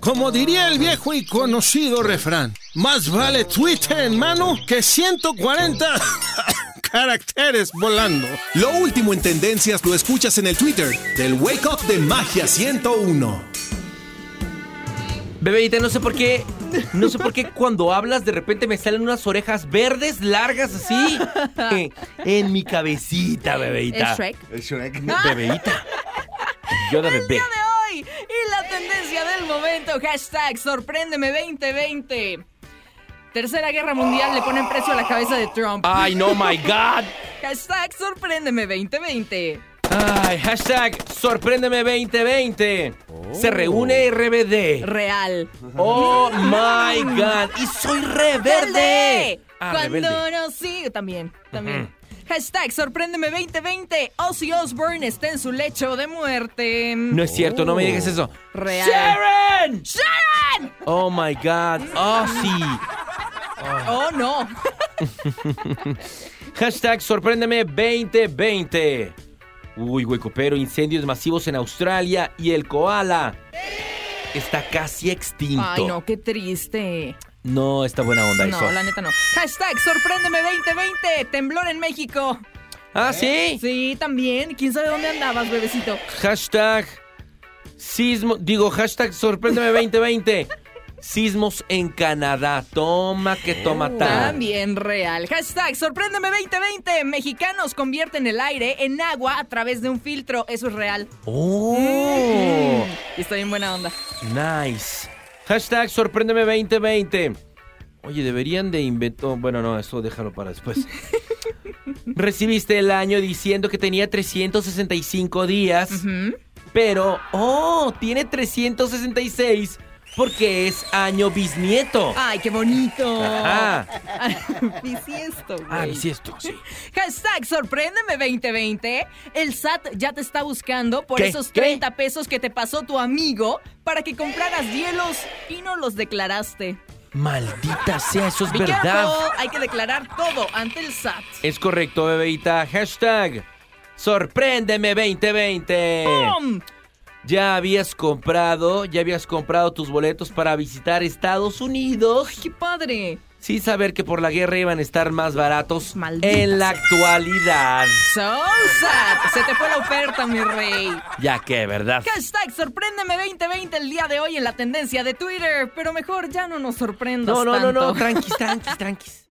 Como diría el viejo y conocido refrán, más vale Twitter en mano que 140 caracteres volando. Lo último en tendencias lo escuchas en el Twitter del Wake Up de Magia 101. Bebeita, no sé por qué cuando hablas de repente me salen unas orejas verdes largas así en mi cabecita, Bebeita. ¿Es Shrek? Es Shrek. Bebeita. Yo de El bebé. día de hoy y la tendencia del momento, hashtag sorpréndeme 2020. Tercera Guerra Mundial le ponen precio a la cabeza de Trump. Ay, no, my God. Hashtag sorpréndeme 2020. Ay, hashtag sorpréndeme 2020. Se reúne RBD. Real. Oh, my God. Y soy reverde. Cuando rebelde. no sigo. También. Hashtag sorpréndeme 2020. Ozzy Osbourne está en su lecho de muerte. No es cierto, no me digas eso. Real. ¡Sharon! ¡Sharon! Oh, my God. Oh, sí. Oh, no. Hashtag sorpréndeme 2020. Uy, huecopero, incendios masivos en Australia y el koala está casi extinto. Ay, no, qué triste. No, está buena onda eso. No, la neta no. Hashtag sorpréndeme 2020. Temblor en México. ¿Ah, sí? Sí, también. ¿Quién sabe dónde andabas, bebecito? Hashtag hashtag sorpréndeme 2020. Sismos en Canadá. Toma que toma tal. También real. Hashtag sorpréndeme 2020. Mexicanos convierten el aire en agua a través de un filtro. Eso es real. Oh. Estoy en buena onda. Nice. Hashtag sorpréndeme 2020. Oye, deberían de inventar... Bueno, no, eso déjalo para después. Recibiste el año diciendo que tenía 365 días, pero... ¡Oh! Tiene 366 porque es año bisnieto. ¡Ay, qué bonito! Ajá. Bisiesto, güey. Ah, bisiesto, sí. Hashtag sorpréndeme 2020. El SAT ya te está buscando por ¿Qué? esos ¿Qué? 30 pesos que te pasó tu amigo para que compraras hielos y no los declaraste. Maldita sea, eso es Be verdad. careful, hay que declarar todo ante el SAT. Es correcto, bebeita. Hashtag sorpréndeme 2020. ¡Pum! ¿Ya habías comprado tus boletos para visitar Estados Unidos? ¡Qué padre! Sin saber que por la guerra iban a estar más baratos Maldita en la sea. actualidad. So sad. Se te fue la oferta, mi rey. Ya que, ¿verdad? Hashtag sorpréndeme 2020 el día de hoy en la tendencia de Twitter. Pero mejor ya no nos sorprendas No, tanto. tranquis.